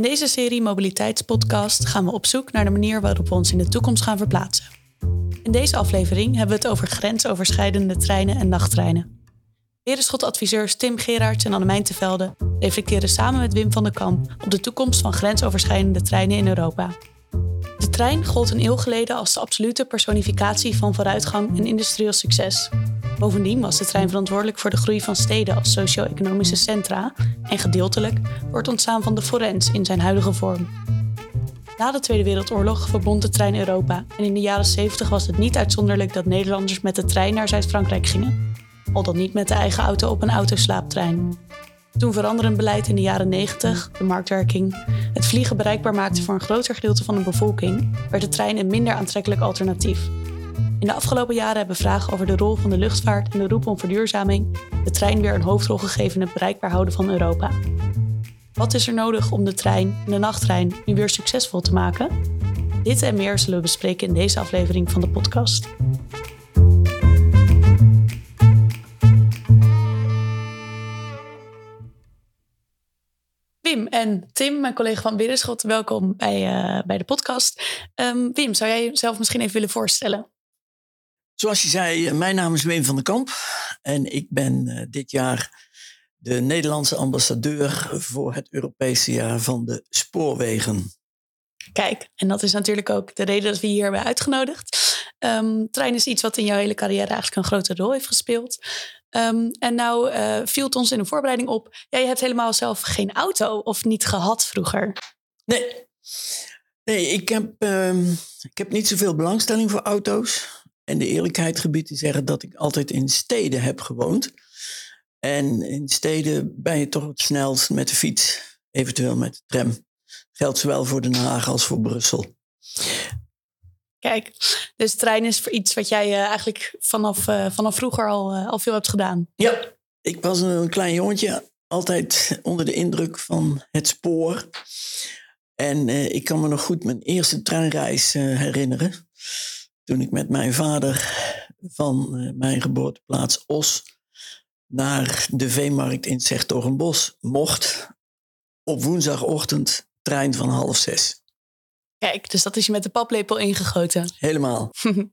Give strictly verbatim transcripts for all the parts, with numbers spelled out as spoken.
deze serie Mobiliteitspodcast gaan we op zoek naar de manier waarop we ons in de toekomst gaan verplaatsen. In deze aflevering hebben we het over grensoverschrijdende treinen en nachttreinen. Berenschot-adviseurs Tim Gerards en Annemijn Tevelde reflecteren samen met Wim van den Kamp op de toekomst van grensoverschrijdende treinen in Europa. De trein gold een eeuw geleden als de absolute personificatie van vooruitgang en industrieel succes. Bovendien was de trein verantwoordelijk voor de groei van steden als socio-economische centra en gedeeltelijk voor het ontstaan van de forens in zijn huidige vorm. Na de Tweede Wereldoorlog verbond de trein Europa en in de jaren zeventig was het niet uitzonderlijk dat Nederlanders met de trein naar Zuid-Frankrijk gingen. Al dan niet met de eigen auto op een autoslaaptrein. Toen veranderend beleid in de jaren negentig, de marktwerking, het vliegen bereikbaar maakte voor een groter gedeelte van de bevolking, werd de trein een minder aantrekkelijk alternatief. In de afgelopen jaren hebben vragen over de rol van de luchtvaart en de roep om verduurzaming de trein weer een hoofdrol gegeven in het bereikbaar houden van Europa. Wat is er nodig om de trein en de nachttrein nu weer succesvol te maken? Dit en meer zullen we bespreken in deze aflevering van de podcast. Wim en Tim, mijn collega van Berenschot, welkom bij, uh, bij de podcast. Um, Wim, zou jij jezelf misschien even willen voorstellen? Zoals je zei, mijn naam is Wim van den Kamp en ik ben uh, dit jaar de Nederlandse ambassadeur voor het Europese jaar van de spoorwegen. Kijk, en dat is natuurlijk ook de reden dat we je hier hebben uitgenodigd. Um, trein is iets wat in jouw hele carrière eigenlijk een grote rol heeft gespeeld. Um, en nou uh, viel het ons in de voorbereiding op, ja, je hebt helemaal zelf geen auto of niet gehad vroeger. Nee, nee ik, heb, uh, ik heb niet zoveel belangstelling voor auto's. En de eerlijkheid gebiedt te zeggen dat ik altijd in steden heb gewoond. En in steden ben je toch het snelst met de fiets, eventueel met de tram. Geldt zowel voor Den Haag als voor Brussel. Kijk, dus trein is voor iets wat jij uh, eigenlijk vanaf, uh, vanaf vroeger al, uh, al veel hebt gedaan. Ja, ik was een klein jongetje, altijd onder de indruk van het spoor. En uh, ik kan me nog goed mijn eerste treinreis uh, herinneren. Toen ik met mijn vader van uh, mijn geboorteplaats Os naar de veemarkt in 's-Hertogenbosch mocht. Op woensdagochtend, trein van half zes. Kijk, dus dat is je met de paplepel ingegoten. Helemaal.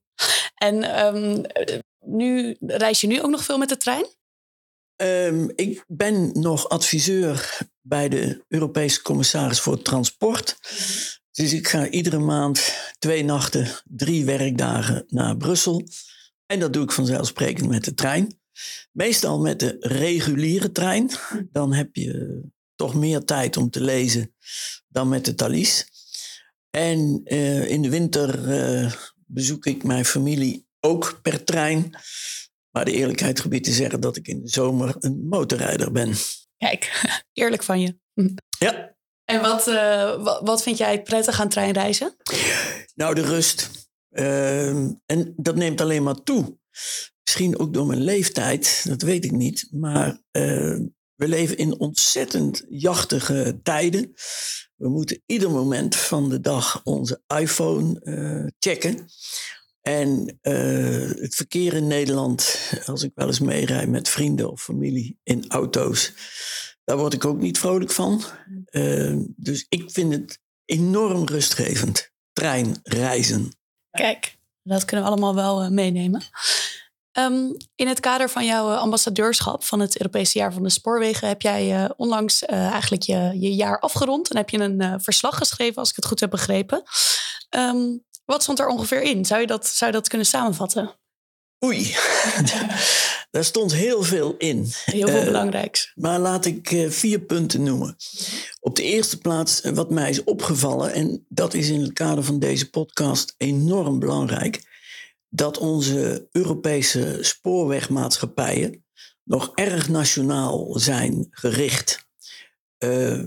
En um, nu reis je nu ook nog veel met de trein? Um, ik ben nog adviseur bij de Europese commissaris voor transport. Dus ik ga iedere maand twee nachten, drie werkdagen naar Brussel. En dat doe ik vanzelfsprekend met de trein. Meestal met de reguliere trein. Dan heb je toch meer tijd om te lezen dan met de Thalys. En uh, in de winter uh, bezoek ik mijn familie ook per trein. Maar de eerlijkheid gebiedt te zeggen dat ik in de zomer een motorrijder ben. Kijk, eerlijk van je. Ja. En wat, uh, wat, wat vind jij prettig aan treinreizen? Nou, de rust. Uh, en dat neemt alleen maar toe. Misschien ook door mijn leeftijd, dat weet ik niet. Maar uh, we leven in ontzettend jachtige tijden. We moeten ieder moment van de dag onze iPhone uh, checken. En uh, het verkeer in Nederland, als ik wel eens meerijd met vrienden of familie in auto's, daar word ik ook niet vrolijk van. Uh, dus ik vind het enorm rustgevend. Treinreizen. Kijk, dat kunnen we allemaal wel uh, meenemen. Um, in het kader van jouw ambassadeurschap van het Europese jaar van de spoorwegen heb jij uh, onlangs uh, eigenlijk je, je jaar afgerond en heb je een uh, verslag geschreven, als ik het goed heb begrepen. Um, wat stond er ongeveer in? Zou je dat, zou je dat kunnen samenvatten? Oei, daar stond heel veel in. Heel veel uh, belangrijks. Maar laat ik uh, vier punten noemen. Op de eerste plaats uh, wat mij is opgevallen, en dat is in het kader van deze podcast enorm belangrijk, dat onze Europese spoorwegmaatschappijen nog erg nationaal zijn gericht. Uh,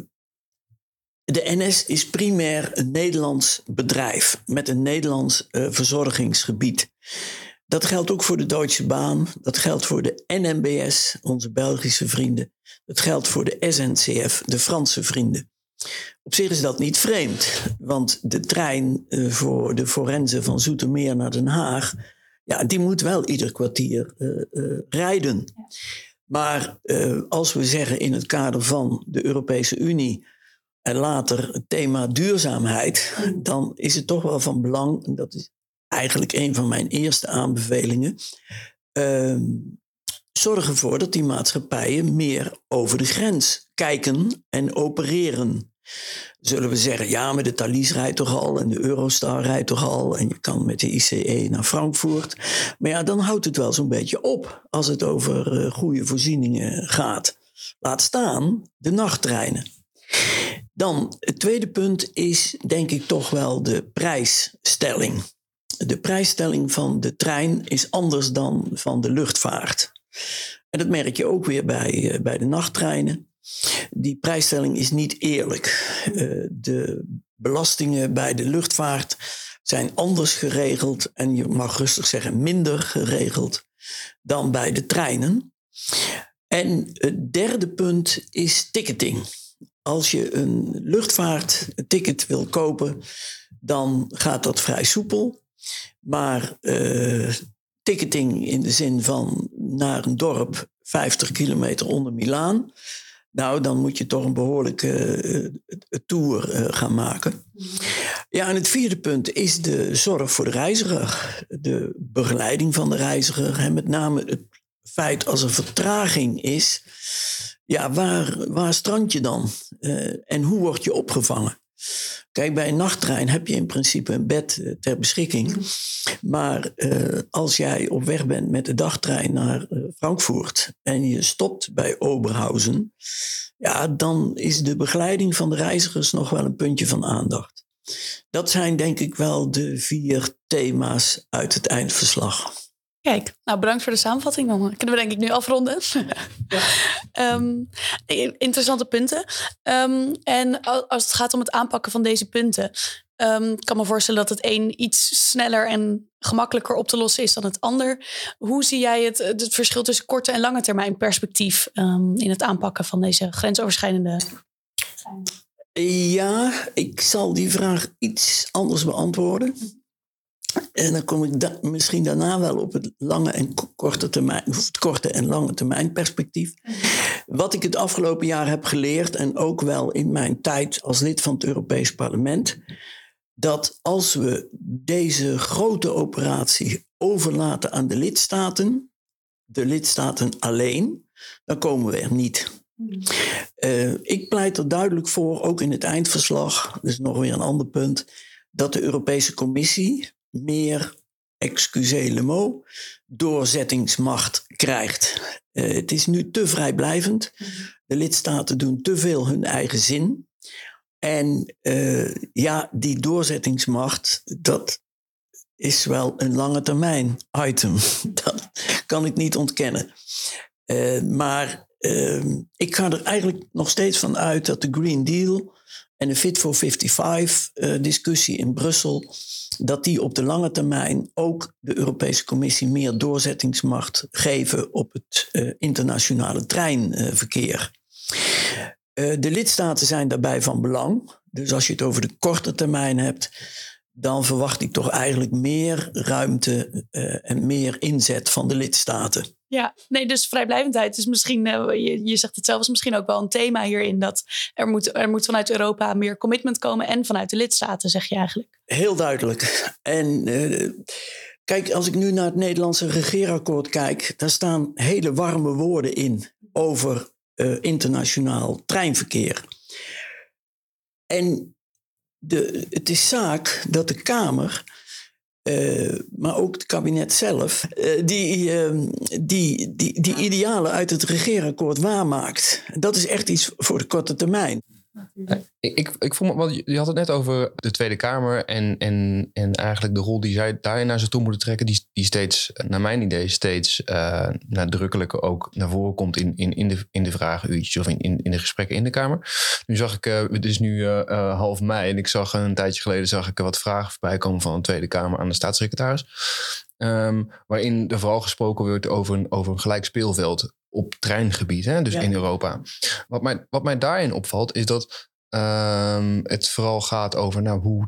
de N S is primair een Nederlands bedrijf met een Nederlands uh, verzorgingsgebied. Dat geldt ook voor de Deutsche Bahn, dat geldt voor de N M B S, onze Belgische vrienden. Dat geldt voor de S N C F, de Franse vrienden. Op zich is dat niet vreemd, want de trein uh, voor de forensen van Zoetermeer naar Den Haag, ja, die moet wel ieder kwartier uh, uh, rijden. Ja. Maar uh, als we zeggen in het kader van de Europese Unie, en later het thema duurzaamheid, dan is het toch wel van belang, en dat is eigenlijk een van mijn eerste aanbevelingen, uh, zorg ervoor dat die maatschappijen meer over de grens kijken en opereren. Zullen we zeggen, ja, maar de Thalys rijdt toch al en de Eurostar rijdt toch al en je kan met de I C E naar Frankfurt. Maar ja, dan houdt het wel zo'n beetje op als het over uh, goede voorzieningen gaat. Laat staan de nachttreinen. Dan, het tweede punt is denk ik toch wel de prijsstelling. De prijsstelling van de trein is anders dan van de luchtvaart. En dat merk je ook weer bij, uh, bij de nachttreinen. Die prijsstelling is niet eerlijk. Uh, de belastingen bij de luchtvaart zijn anders geregeld en je mag rustig zeggen minder geregeld dan bij de treinen. En het derde punt is ticketing. Als je een luchtvaartticket wil kopen, dan gaat dat vrij soepel. Maar uh, ticketing in de zin van naar een dorp vijftig kilometer onder Milaan, nou, dan moet je toch een behoorlijke uh, tour uh, gaan maken. Ja, en het vierde punt is de zorg voor de reiziger. De begeleiding van de reiziger. En met name het feit als er vertraging is. Ja, waar, waar strand je dan? Uh, en hoe word je opgevangen? Kijk, bij een nachttrein heb je in principe een bed uh, ter beschikking. Maar uh, als jij op weg bent met de dagtrein naar uh, Frankfurt en je stopt bij Oberhausen, ja, dan is de begeleiding van de reizigers nog wel een puntje van aandacht. Dat zijn denk ik wel de vier thema's uit het eindverslag. Kijk, nou bedankt voor de samenvatting. Dan kunnen we denk ik nu afronden. Ja. um, interessante punten. Um, en als het gaat om het aanpakken van deze punten, um, ik kan me voorstellen dat het een iets sneller en gemakkelijker op te lossen is dan het ander. Hoe zie jij het, het verschil tussen korte en lange termijn perspectief um, in het aanpakken van deze grensoverschrijdende? Ja, ik zal die vraag iets anders beantwoorden. En dan kom ik da- misschien daarna wel op het lange en korte termijn, of het korte en lange termijn perspectief. Wat ik het afgelopen jaar heb geleerd, en ook wel in mijn tijd als lid van het Europees Parlement, dat als we deze grote operatie overlaten aan de lidstaten, de lidstaten alleen, dan komen we er niet. Uh, ik pleit er duidelijk voor, ook in het eindverslag, dus nog weer een ander punt, dat de Europese Commissie meer, excusez le mot, doorzettingsmacht krijgt. Uh, het is nu te vrijblijvend. De lidstaten doen te veel hun eigen zin. En uh, ja, die doorzettingsmacht, dat is wel een lange termijn item. Dat kan ik niet ontkennen. Uh, maar uh, ik ga er eigenlijk nog steeds van uit dat de Green Deal en de Fit for vijfenvijftig uh, discussie in Brussel, dat die op de lange termijn ook de Europese Commissie meer doorzettingsmacht geven op het uh, internationale treinverkeer. Uh, uh, de lidstaten zijn daarbij van belang. Dus als je het over de korte termijn hebt, dan verwacht ik toch eigenlijk meer ruimte uh, en meer inzet van de lidstaten. Ja, nee, dus vrijblijvendheid is misschien, uh, je, je zegt het zelf, is misschien ook wel een thema hierin. Dat er moet, er moet vanuit Europa meer commitment komen en vanuit de lidstaten, zeg je eigenlijk. Heel duidelijk. En uh, kijk, als ik nu naar het Nederlandse regeerakkoord kijk, daar staan hele warme woorden in over uh, internationaal treinverkeer. En de, het is zaak dat de Kamer, Uh, maar ook het kabinet zelf, uh, die, uh, die, die, die idealen uit het regeerakkoord waarmaakt. Dat is echt iets voor de korte termijn. Ik, ik, ik voel me, want je had het net over de Tweede Kamer en, en, en eigenlijk de rol die zij daarin naar ze toe moeten trekken, die, die steeds, naar mijn idee, steeds uh, nadrukkelijker ook naar voren komt in, in, in, de, in de vragenuurtjes of in, in, in de gesprekken in de Kamer. Nu zag ik, uh, het is nu uh, uh, half mei en ik zag een tijdje geleden zag ik wat vragen voorbij komen van de Tweede Kamer aan de staatssecretaris. Um, waarin er vooral gesproken wordt over een, over een gelijk speelveld op treingebied, hè? Dus ja. In Europa. Wat mij, wat mij daarin opvalt is dat um, het vooral gaat over nou, hoe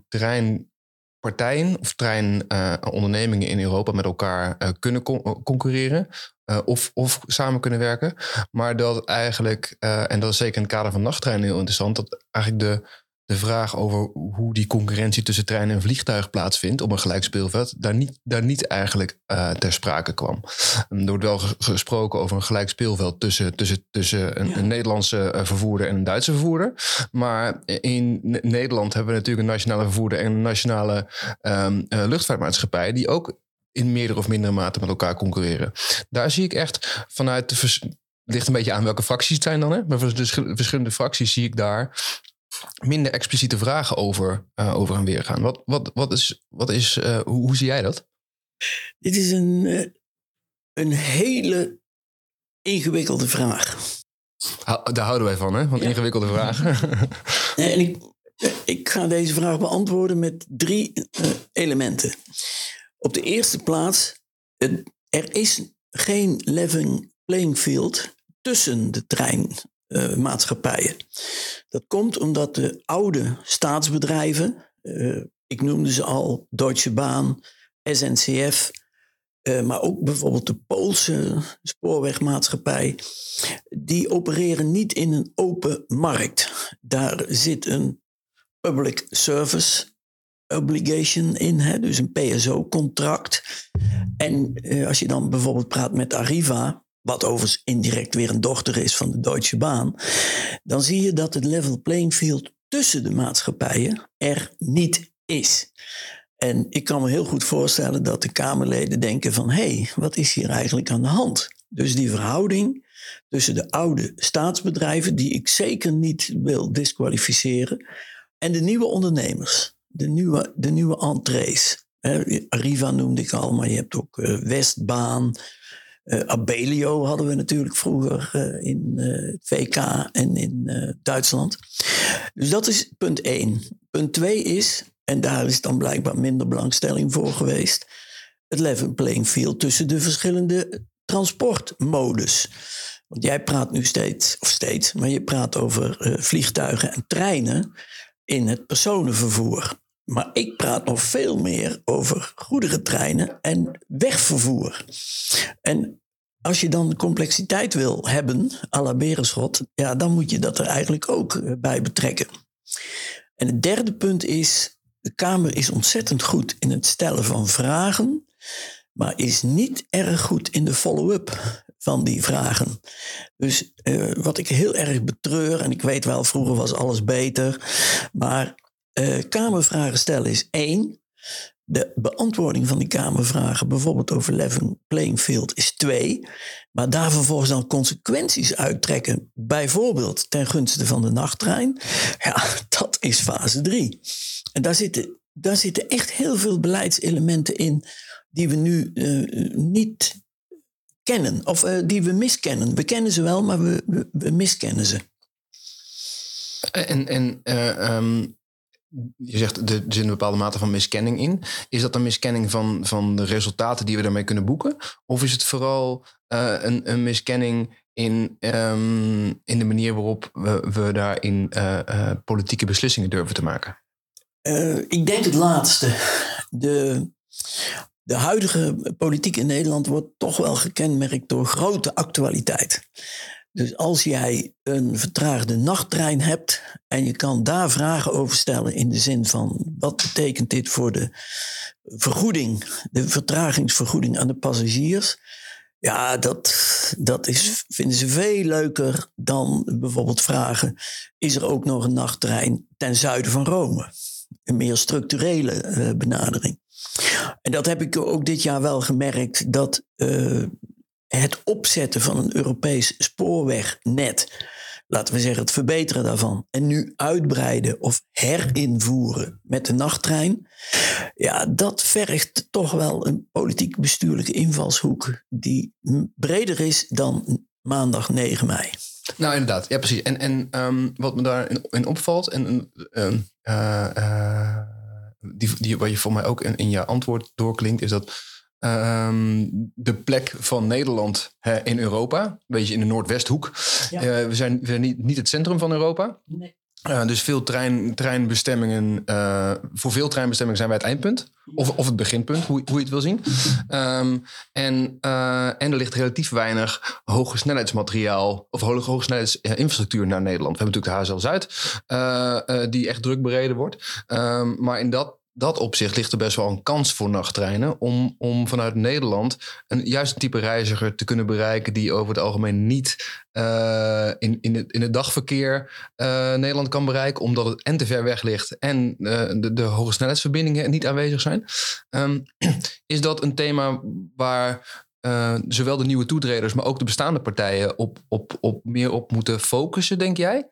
treinpartijen of treinondernemingen uh, in Europa met elkaar uh, kunnen con- concurreren. uh, of, of samen kunnen werken. Maar dat eigenlijk, uh, en dat is zeker in het kader van nachttreinen heel interessant, dat eigenlijk de, de vraag over hoe die concurrentie tussen trein en vliegtuig plaatsvindt op een gelijk speelveld, daar niet, daar niet eigenlijk uh, ter sprake kwam. Er wordt wel gesproken over een gelijk speelveld tussen, tussen, tussen een, ja. een Nederlandse vervoerder en een Duitse vervoerder. Maar in Nederland hebben we natuurlijk een nationale vervoerder en een nationale um, uh, luchtvaartmaatschappij die ook in meerdere of mindere mate met elkaar concurreren. Daar zie ik echt vanuit de vers- ligt een beetje aan welke fracties het zijn dan, hè? Maar voor de verschillende fracties zie ik daar minder expliciete vragen over, uh, over en weer gaan. Wat, wat, wat is, wat is uh, hoe, hoe zie jij dat? Dit is een, uh, een hele ingewikkelde vraag. Ha, daar houden wij van, hè? Van ja. Ingewikkelde vragen. En ik, ik ga deze vraag beantwoorden met drie uh, elementen. Op de eerste plaats, uh, er is geen level playing field tussen de treinmaatschappijen. Uh, Dat komt omdat de oude staatsbedrijven, uh, ik noemde ze al, Deutsche Bahn, S N C F, uh, maar ook bijvoorbeeld de Poolse spoorwegmaatschappij, die opereren niet in een open markt. Daar zit een public service obligation in, hè, dus een P S O-contract. En uh, als je dan bijvoorbeeld praat met Arriva, wat overigens indirect weer een dochter is van de Deutsche Bahn, dan zie je dat het level playing field tussen de maatschappijen er niet is. En ik kan me heel goed voorstellen dat de Kamerleden denken van, hé, hey, wat is hier eigenlijk aan de hand? Dus die verhouding tussen de oude staatsbedrijven, die ik zeker niet wil disqualificeren, en de nieuwe ondernemers, de nieuwe, de nieuwe entrees. He, Arriva noemde ik al, maar je hebt ook uh, Westbaan, Uh, Abellio hadden we natuurlijk vroeger uh, in uh, het V K en in uh, Duitsland. Dus dat is punt één. Punt twee is, en daar is dan blijkbaar minder belangstelling voor geweest, het level playing field tussen de verschillende transportmodes. Want jij praat nu steeds, of steeds, maar je praat over uh, vliegtuigen en treinen in het personenvervoer. Maar ik praat nog veel meer over goederentreinen en wegvervoer. En als je dan complexiteit wil hebben, à la Berenschot, ja, dan moet je dat er eigenlijk ook bij betrekken. En het derde punt is, de Kamer is ontzettend goed in het stellen van vragen, maar is niet erg goed in de follow-up van die vragen. Dus uh, wat ik heel erg betreur, en ik weet wel, vroeger was alles beter, maar Uh, Kamervragen stellen is één. De beantwoording van die Kamervragen, bijvoorbeeld over level playing field, is twee. Maar daar vervolgens dan consequenties uittrekken, bijvoorbeeld ten gunste van de nachttrein, ja, dat is fase drie. En daar zitten, daar zitten echt heel veel beleidselementen in die we nu uh, niet kennen, of uh, die we miskennen. We kennen ze wel, maar we, we, we miskennen ze. En, en uh, um... je zegt, er zit een bepaalde mate van miskenning in. Is dat een miskenning van, van de resultaten die we daarmee kunnen boeken? Of is het vooral uh, een, een miskenning in, um, in de manier waarop we, we daarin uh, uh, politieke beslissingen durven te maken? Uh, ik denk het laatste. De, de huidige politiek in Nederland wordt toch wel gekenmerkt door grote actualiteit. Dus als jij een vertraagde nachttrein hebt en je kan daar vragen over stellen in de zin van wat betekent dit voor de vergoeding, de vertragingsvergoeding aan de passagiers. Ja, dat, dat is, vinden ze veel leuker dan bijvoorbeeld vragen, is er ook nog een nachttrein ten zuiden van Rome? Een meer structurele uh, benadering. En dat heb ik ook dit jaar wel gemerkt, dat Uh, het opzetten van een Europees spoorwegnet, laten we zeggen het verbeteren daarvan, en nu uitbreiden of herinvoeren met de nachttrein, ja, dat vergt toch wel een politiek-bestuurlijke invalshoek die breder is dan maandag negen mei. Nou, inderdaad. Ja, precies. En, en um, wat me daarin in opvalt, en um, uh, uh, die, die, wat je voor mij ook in, in je antwoord doorklinkt, is dat Um, de plek van Nederland hè, in Europa, een beetje in de Noordwesthoek. Ja. Uh, we zijn, we zijn niet, niet het centrum van Europa. Nee. Uh, dus veel trein, treinbestemmingen. Uh, voor veel treinbestemmingen zijn wij het eindpunt. Of, of het beginpunt, hoe, hoe je het wil zien. Um, en, uh, en er ligt relatief weinig hoge snelheidsmateriaal. Of hoge, hoge snelheidsinfrastructuur naar Nederland. We hebben natuurlijk de H S L Zuid. Uh, uh, die echt druk bereden wordt. Um, maar in dat. Dat opzicht ligt er best wel een kans voor nachttreinen om, om vanuit Nederland een juist een type reiziger te kunnen bereiken die over het algemeen niet uh, in, in, het, in het dagverkeer uh, Nederland kan bereiken, omdat het en te ver weg ligt en uh, de, de hoge snelheidsverbindingen niet aanwezig zijn. Um, is dat een thema waar uh, zowel de nieuwe toetreders, maar ook de bestaande partijen op, op, op meer op moeten focussen, denk jij?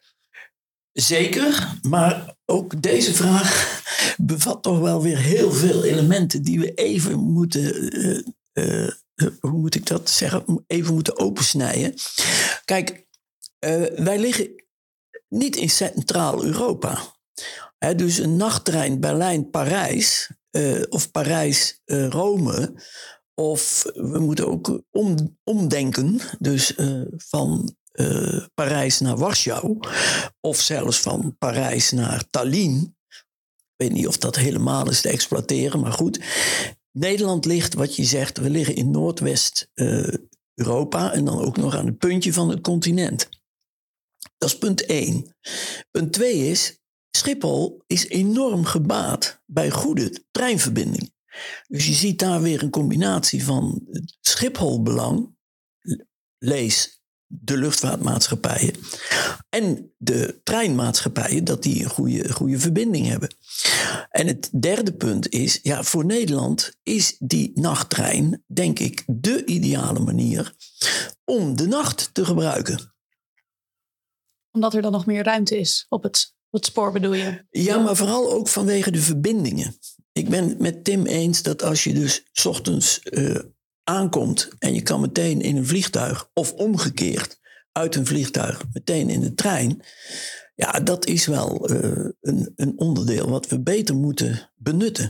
Zeker, maar ook deze vraag bevat toch wel weer heel veel elementen die we even moeten, uh, uh, hoe moet ik dat zeggen, even moeten opensnijden. Kijk, uh, wij liggen niet in Centraal-Europa. Hè, dus een nachttrein Berlijn-Parijs uh, of Parijs-Rome, of we moeten ook om, omdenken, dus uh, van Uh, Parijs naar Warschau, of zelfs van Parijs naar Tallinn. Ik weet niet of dat helemaal is te exploiteren, maar goed. Nederland ligt, wat je zegt, we liggen in Noordwest-Europa uh, en dan ook nog aan het puntje van het continent. Dat is punt één. Punt twee is, Schiphol is enorm gebaat bij goede treinverbindingen. Dus je ziet daar weer een combinatie van het Schiphol-belang, lees de luchtvaartmaatschappijen en de treinmaatschappijen, dat die een goede, goede verbinding hebben. En het derde punt is, ja, voor Nederland is die nachttrein, denk ik, de ideale manier om de nacht te gebruiken. Omdat er dan nog meer ruimte is op het, op het spoor, bedoel je? Ja, maar vooral ook vanwege de verbindingen. Ik ben het met Tim eens dat als je dus 's ochtends uh, aankomt en je kan meteen in een vliegtuig, of omgekeerd uit een vliegtuig meteen in de trein, ja, dat is wel uh, een, een onderdeel wat we beter moeten benutten.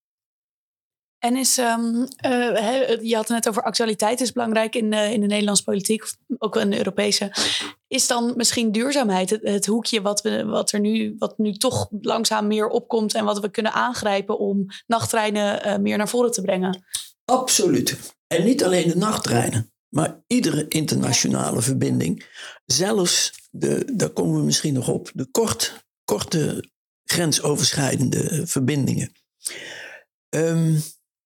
En is, um, uh, he, je had het net over actualiteit is belangrijk in, uh, in de Nederlandse politiek, of ook in de Europese. Is dan misschien duurzaamheid het, het hoekje wat, we, wat er nu, wat nu toch langzaam meer opkomt en wat we kunnen aangrijpen om nachttreinen uh, meer naar voren te brengen? Absoluut. En niet alleen de nachttreinen, maar iedere internationale verbinding. Zelfs, de, daar komen we misschien nog op, de kort, korte grensoverschrijdende verbindingen. Um,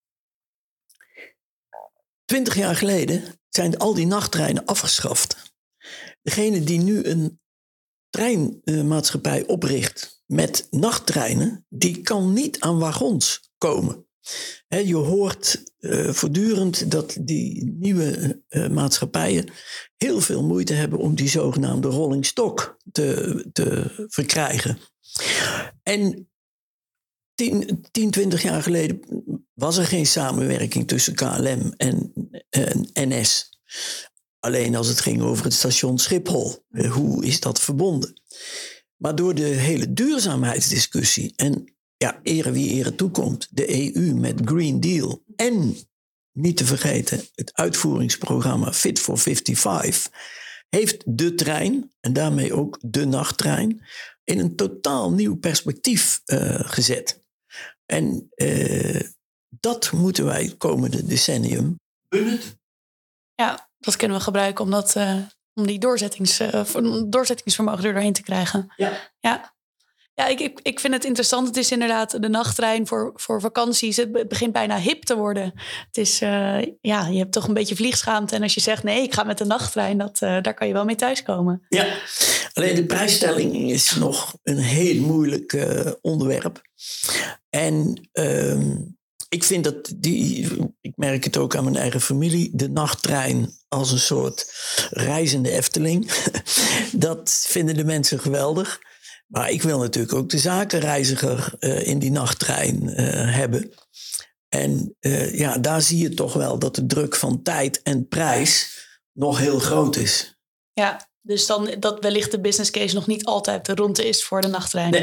Twintig jaar geleden zijn al die nachttreinen afgeschaft. Degene die nu een treinmaatschappij opricht met nachttreinen, die kan niet aan wagons komen. He, je hoort uh, voortdurend dat die nieuwe uh, maatschappijen heel veel moeite hebben om die zogenaamde rolling stock te, te verkrijgen. En tien, twintig jaar geleden was er geen samenwerking tussen K L M en, en N S. Alleen als het ging over het station Schiphol. Hoe is dat verbonden? Maar door de hele duurzaamheidsdiscussie en ja, ere wie ere toekomt, de E U met Green Deal en niet te vergeten het uitvoeringsprogramma Fit for vijfenvijftig, heeft de trein en daarmee ook de nachttrein in een totaal nieuw perspectief uh, gezet. En uh, dat moeten wij het komende decennium benutten. Ja, dat kunnen we gebruiken om, dat, uh, om die doorzettings, uh, doorzettingsvermogen er doorheen te krijgen. Ja. Ja. Ja, ik, ik, ik vind het interessant. Het is inderdaad de nachttrein voor, voor vakanties. Het begint bijna hip te worden. Het is, uh, ja, je hebt toch een beetje vliegschaamte. En als je zegt, nee, ik ga met de nachttrein, dat, uh, daar kan je wel mee thuiskomen. Ja, alleen de prijsstelling is nog een heel moeilijk uh, onderwerp. En uh, ik vind dat die, ik merk het ook aan mijn eigen familie, de nachttrein als een soort reizende Efteling. Dat vinden de mensen geweldig. Maar ik wil natuurlijk ook de zakenreiziger uh, in die nachttrein uh, hebben. En uh, ja, daar zie je toch wel dat de druk van tijd en prijs nog heel groot is. Ja, dus dan dat wellicht de business case nog niet altijd de ronde is voor de nachttrein. Nee,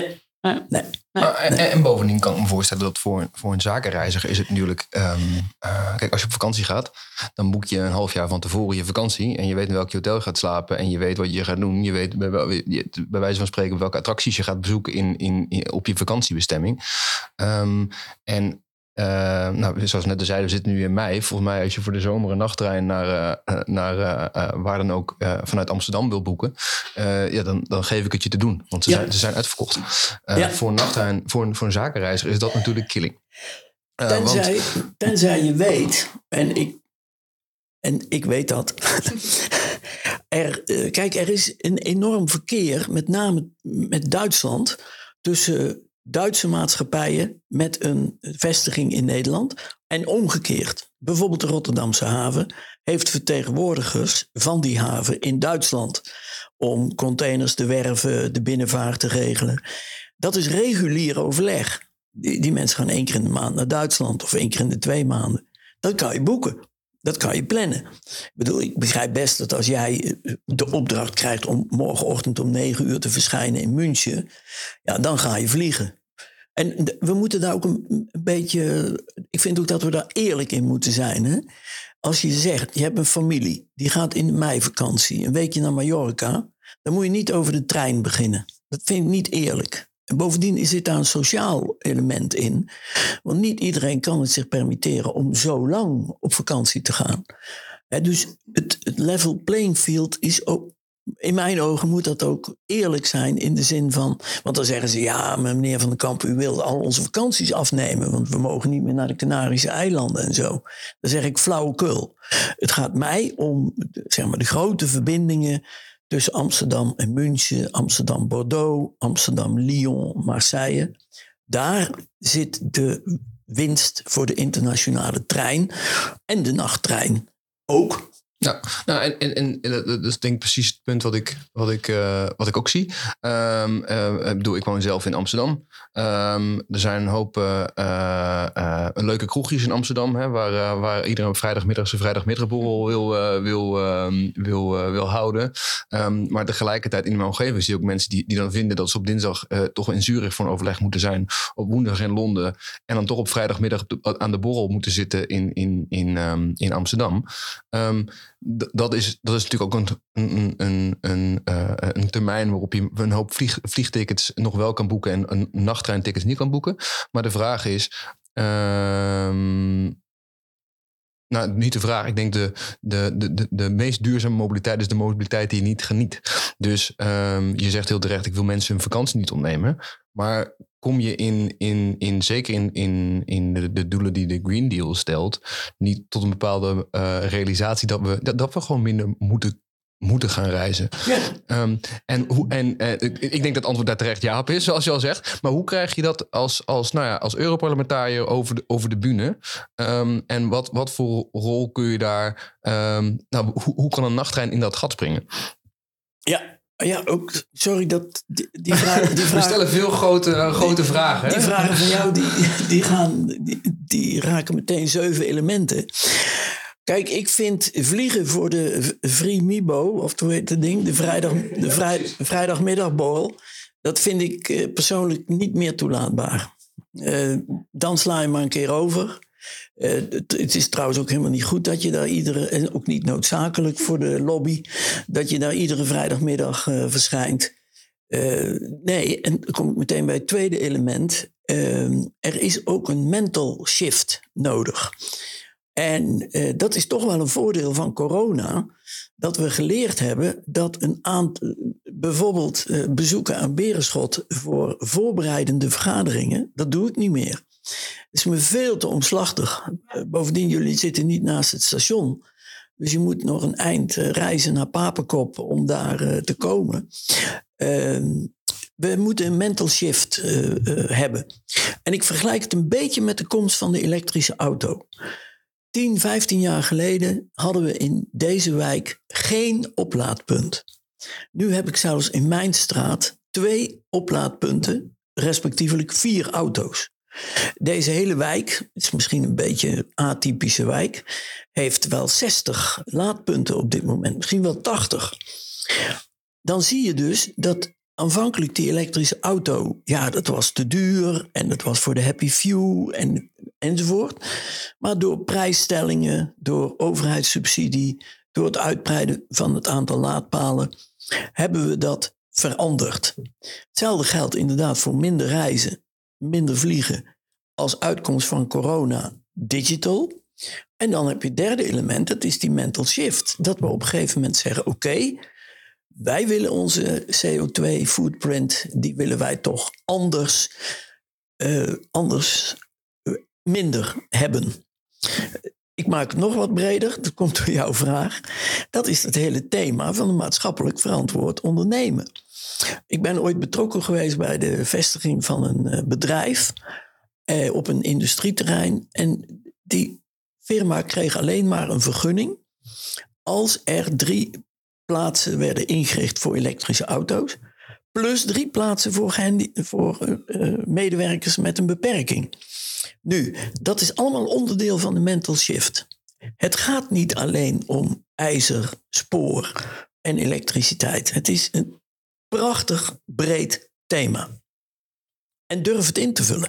Nee. Nee. Nee. Uh, en, en bovendien kan ik me voorstellen dat voor, voor een zakenreiziger is het natuurlijk... Um, uh, kijk, als je op vakantie gaat, dan boek je een half jaar van tevoren je vakantie. En je weet in welk hotel je gaat slapen. En je weet wat je gaat doen. Je weet bij, bij wijze van spreken welke attracties je gaat bezoeken in, in, in, op je vakantiebestemming. Um, en... Uh, nou, zoals net al zeiden, we zitten nu in mei. Volgens mij als je voor de zomer een nachttrein naar, uh, naar uh, uh, waar dan ook uh, vanuit Amsterdam wil boeken, uh, ja, dan, dan geef ik het je te doen. Want ze, ja. zijn, ze zijn uitverkocht. Uh, ja. Voor een nachttrein, voor een, voor een zakenreiziger is dat natuurlijk killing. Uh, tenzij, want... tenzij je weet, en ik, en ik weet dat. er, uh, kijk, er is een enorm verkeer, met name met Duitsland, tussen Duitse maatschappijen met een vestiging in Nederland en omgekeerd. Bijvoorbeeld de Rotterdamse haven heeft vertegenwoordigers van die haven in Duitsland om containers te werven, de binnenvaart te regelen. Dat is regulier overleg. Die, die mensen gaan één keer in de maand naar Duitsland of één keer in de twee maanden. Dat kan je boeken. Dat kan je plannen. Ik bedoel, ik begrijp best dat als jij de opdracht krijgt om morgenochtend om negen uur te verschijnen in München, ja, dan ga je vliegen. En we moeten daar ook een, een beetje, ik vind ook dat we daar eerlijk in moeten zijn. Hè? Als je zegt, je hebt een familie, die gaat in de meivakantie een weekje naar Mallorca, dan moet je niet over de trein beginnen. Dat vind ik niet eerlijk. En bovendien zit daar een sociaal element in. Want niet iedereen kan het zich permitteren om zo lang op vakantie te gaan. He, dus het, het level playing field is ook, in mijn ogen moet dat ook eerlijk zijn in de zin van, want dan zeggen ze, ja, meneer Van den Kamp, u wilt al onze vakanties afnemen, want we mogen niet meer naar de Canarische eilanden en zo. Dan zeg ik flauwekul. Het gaat mij om, zeg maar, de grote verbindingen tussen Amsterdam en München, Amsterdam-Bordeaux, Amsterdam-Lyon, Marseille. Daar zit de winst voor de internationale trein en de nachttrein ook. Ja, nou, en, en, en dat is denk ik precies het punt wat ik, wat ik, uh, wat ik ook zie. Um, uh, ik bedoel, ik woon zelf in Amsterdam. Um, er zijn een hoop uh, uh, een leuke kroegjes in Amsterdam, hè, waar, uh, waar iedereen op vrijdagmiddag zijn vrijdagmiddagborrel wil, uh, wil, uh, wil, uh, wil houden. Um, maar tegelijkertijd in mijn omgeving zie je ook mensen die, die dan vinden dat ze op dinsdag uh, toch in Zurich voor een overleg moeten zijn, op woensdag in Londen en dan toch op vrijdagmiddag aan de borrel moeten zitten in, in, in, um, in Amsterdam. Um, D- dat, is, dat is natuurlijk ook een, een, een, een, uh, een termijn waarop je een hoop vlieg, vliegtickets nog wel kan boeken en een nachttrein-tickets niet kan boeken. Maar de vraag is, uh, nou niet de vraag, ik denk de, de, de, de, de meest duurzame mobiliteit is de mobiliteit die je niet geniet. Dus um, je zegt heel terecht, ik wil mensen hun vakantie niet ontnemen. Maar kom je in, in, in zeker in, in, in de, de doelen die de Green Deal stelt, niet tot een bepaalde uh, realisatie dat we, dat, dat we gewoon minder moeten, moeten gaan reizen. Ja. Um, en hoe, en uh, ik, ik denk dat het antwoord daar terecht ja op is, zoals je al zegt. Maar hoe krijg je dat als, als, nou ja, als Europarlementariër over de, over de bühne? Um, en wat, wat voor rol kun je daar, um, nou, hoe, hoe kan een nachttrein in dat gat springen? Ja. Ja, ook, sorry dat die, die vraag... Die vraag We stellen veel grote, uh, grote die, vragen. Die hè? vragen van jou, die, die, gaan, die, die raken meteen zeven elementen. Kijk, ik vind vliegen voor de Free Mibo, of hoe heet dat ding, de, vrijdag, de vrij, vrijdagmiddagborrel, dat vind ik uh, persoonlijk niet meer toelaatbaar. Uh, dan sla je maar een keer over. Uh, het, het is trouwens ook helemaal niet goed dat je daar iedere, en ook niet noodzakelijk voor de lobby, dat je daar iedere vrijdagmiddag uh, verschijnt. Uh, nee, en dan kom ik meteen bij het tweede element. Uh, er is ook een mental shift nodig. En uh, dat is toch wel een voordeel van corona, dat we geleerd hebben dat een aantal, bijvoorbeeld uh, bezoeken aan Berenschot voor voorbereidende vergaderingen, dat doe ik niet meer. Het is me veel te omslachtig. Uh, bovendien, jullie zitten niet naast het station. Dus je moet nog een eind uh, reizen naar Papekop om daar uh, te komen. Uh, we moeten een mental shift uh, uh, hebben. En ik vergelijk het een beetje met de komst van de elektrische auto. tien, vijftien jaar geleden hadden we in deze wijk geen oplaadpunt. Nu heb ik zelfs in mijn straat twee oplaadpunten, respectievelijk vier auto's. Deze hele wijk, het is misschien een beetje een atypische wijk, heeft wel zestig laadpunten op dit moment, misschien wel tachtig. Dan zie je dus dat aanvankelijk die elektrische auto, ja, dat was te duur en dat was voor de happy few en, enzovoort. Maar door prijsstellingen, door overheidssubsidie, door het uitbreiden van het aantal laadpalen, hebben we dat veranderd. Hetzelfde geldt inderdaad voor minder reizen, minder vliegen, als uitkomst van corona digital. En dan heb je het derde element, dat is die mental shift. Dat we op een gegeven moment zeggen, oké, okay, wij willen onze C O twee footprint, die willen wij toch anders, uh, anders uh, minder hebben. Ik maak het nog wat breder, dat komt door jouw vraag. Dat is het hele thema van een maatschappelijk verantwoord ondernemen. Ik ben ooit betrokken geweest bij de vestiging van een uh, bedrijf uh, op een industrieterrein. En die firma kreeg alleen maar een vergunning als er drie plaatsen werden ingericht voor elektrische auto's, plus drie plaatsen voor, gehandi- voor uh, medewerkers met een beperking. Nu, dat is allemaal onderdeel van de mental shift. Het gaat niet alleen om ijzer, spoor en elektriciteit. Het is een prachtig breed thema. En durf het in te vullen.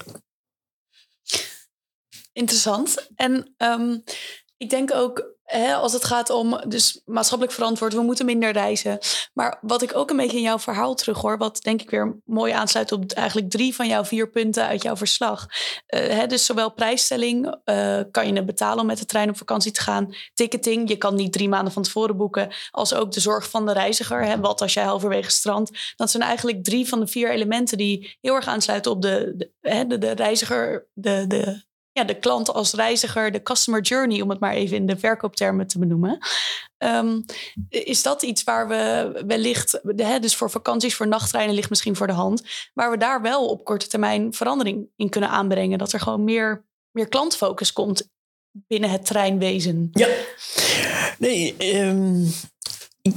Interessant. En um, ik denk ook, hè, als het gaat om dus maatschappelijk verantwoord, we moeten minder reizen. Maar wat ik ook een beetje in jouw verhaal terug hoor, wat denk ik weer mooi aansluit op eigenlijk drie van jouw vier punten uit jouw verslag. Uh, hè, dus zowel prijsstelling, uh, kan je het betalen om met de trein op vakantie te gaan. Ticketing, je kan niet drie maanden van tevoren boeken. Als ook de zorg van de reiziger. Hè, wat als jij halverwege strandt. Dat zijn eigenlijk drie van de vier elementen die heel erg aansluiten op de, de, hè, de, de reiziger, de... de Ja, de klant als reiziger, de customer journey, om het maar even in de verkooptermen te benoemen. Um, is dat iets waar we wellicht, hè, dus voor vakanties, voor nachttreinen ligt misschien voor de hand, waar we daar wel op korte termijn verandering in kunnen aanbrengen? Dat er gewoon meer, meer klantfocus komt binnen het treinwezen. Ja, nee, um, ik,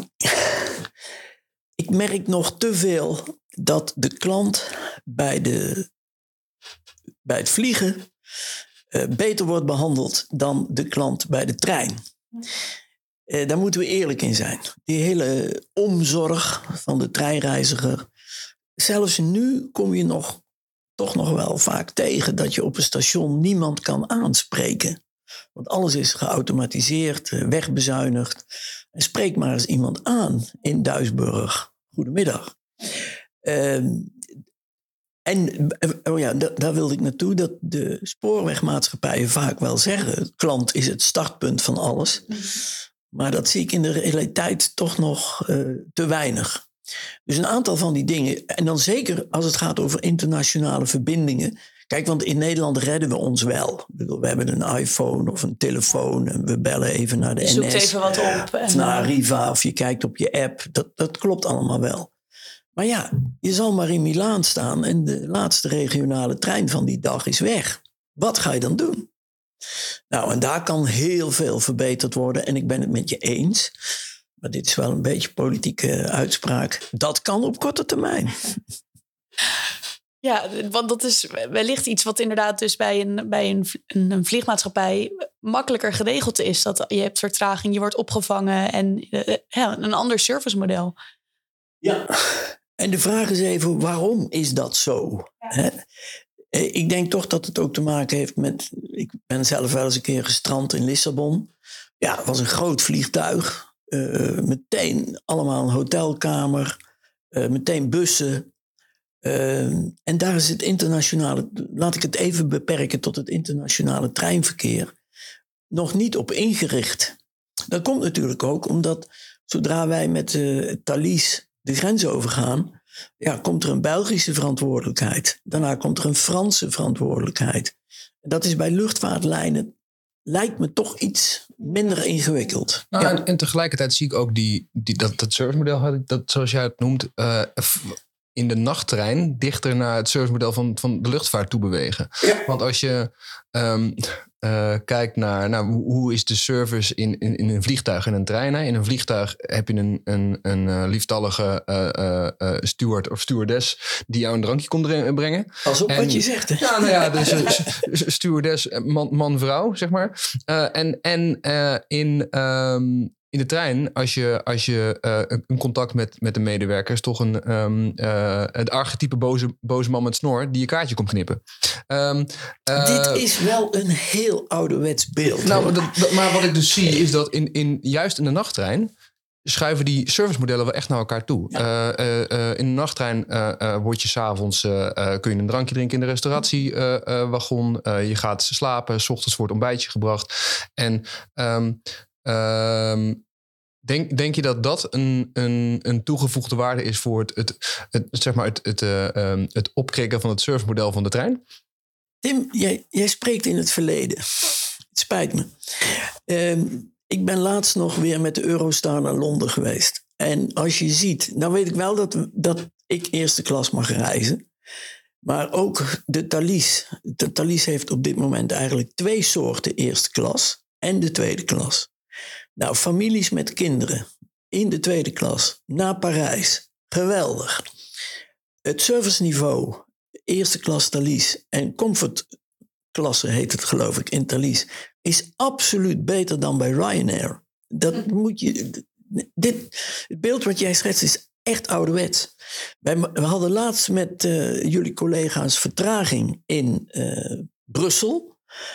ik merk nog te veel dat de klant bij, de, bij het vliegen Uh, beter wordt behandeld dan de klant bij de trein. Uh, daar moeten we eerlijk in zijn. Die hele omzorg van de treinreiziger. Zelfs nu kom je nog, toch nog wel vaak tegen dat je op een station niemand kan aanspreken. Want alles is geautomatiseerd, wegbezuinigd. En spreek maar eens iemand aan in Duisburg. Goedemiddag. Uh, En oh ja, da- daar wilde ik naartoe, dat de spoorwegmaatschappijen vaak wel zeggen, het klant is het startpunt van alles. Maar dat zie ik in de realiteit toch nog uh, te weinig. Dus een aantal van die dingen, en dan zeker als het gaat over internationale verbindingen. Kijk, want in Nederland redden we ons wel. Ik bedoel, we hebben een iPhone of een telefoon en we bellen even naar de je N S. zoekt even wat op. En of naar Arriva of je kijkt op je app. Dat, dat klopt allemaal wel. Maar ja, je zal maar in Milaan staan en de laatste regionale trein van die dag is weg. Wat ga je dan doen? Nou, en daar kan heel veel verbeterd worden. En ik ben het met je eens. Maar dit is wel een beetje politieke uitspraak. Dat kan op korte termijn. Ja, want dat is wellicht iets wat inderdaad dus bij een, bij een, een vliegmaatschappij makkelijker geregeld is. Dat je hebt vertraging, je wordt opgevangen en uh, ja, een ander servicemodel. Ja, en de vraag is even, waarom is dat zo? Ja. Hè? Ik denk toch dat het ook te maken heeft met... Ik ben zelf wel eens een keer gestrand in Lissabon. Ja, het was een groot vliegtuig. Uh, meteen allemaal een hotelkamer. Uh, meteen bussen. Uh, en daar is het internationale... Laat ik het even beperken tot het internationale treinverkeer. Nog niet op ingericht. Dat komt natuurlijk ook omdat zodra wij met uh, Thalys de grens overgaan, ja, komt er een Belgische verantwoordelijkheid. Daarna komt er een Franse verantwoordelijkheid. Dat is bij luchtvaartlijnen, lijkt me toch iets minder ingewikkeld. Nou, ja. en, en tegelijkertijd zie ik ook die, die, dat, dat servicemodel, dat, zoals jij het noemt, uh, in de nachttrein dichter naar het servicemodel van, van de luchtvaart toe bewegen. Ja. Want als je um, uh, kijkt naar nou, hoe, hoe is de service in, in, in een vliegtuig en een trein. Hè? In een vliegtuig heb je een, een, een uh, lieftallige uh, uh, steward of stewardess die jou een drankje komt brengen. Pas op en, wat je zegt. Hè? Ja, nou ja, dus uh, stewardess, man, man, vrouw, zeg maar. Uh, en en uh, in... Um, in de trein, als je, als je uh, een contact met, met de medewerkers, toch een um, uh, het archetype boze, boze man met snor die je kaartje komt knippen. Um, uh, Dit is wel een heel ouderwets beeld. Nou, dat, dat, maar wat ik dus zie is dat in, in, juist in de nachttrein schuiven die servicemodellen wel echt naar elkaar toe. Ja. Uh, uh, uh, in de nachttrein uh, uh, word je 's avonds uh, uh, kun je een drankje drinken in de restauratiewagon. Uh, uh, je gaat slapen, 's ochtends wordt ontbijtje gebracht. En um, um, denk, denk je dat dat een, een, een toegevoegde waarde is voor het, het, het, het, zeg maar het, het, uh, um, het opkrikken van het servicemodel van de trein? Tim, jij, jij spreekt in het verleden. Het spijt me. Um, Ik ben laatst nog weer met de Eurostar naar Londen geweest. En als je ziet, nou weet ik wel dat, dat ik eerste klas mag reizen. Maar ook de Thalys. De Thalys heeft op dit moment eigenlijk twee soorten eerste klas en de tweede klas. Nou, families met kinderen in de tweede klas naar Parijs. Geweldig. Het serviceniveau, eerste klas Thalys en comfortklasse heet het geloof ik in Thalys, is absoluut beter dan bij Ryanair. Dat moet je. Dit, het beeld wat jij schetst is echt ouderwets. Wij, we hadden laatst met uh, jullie collega's vertraging in uh, Brussel.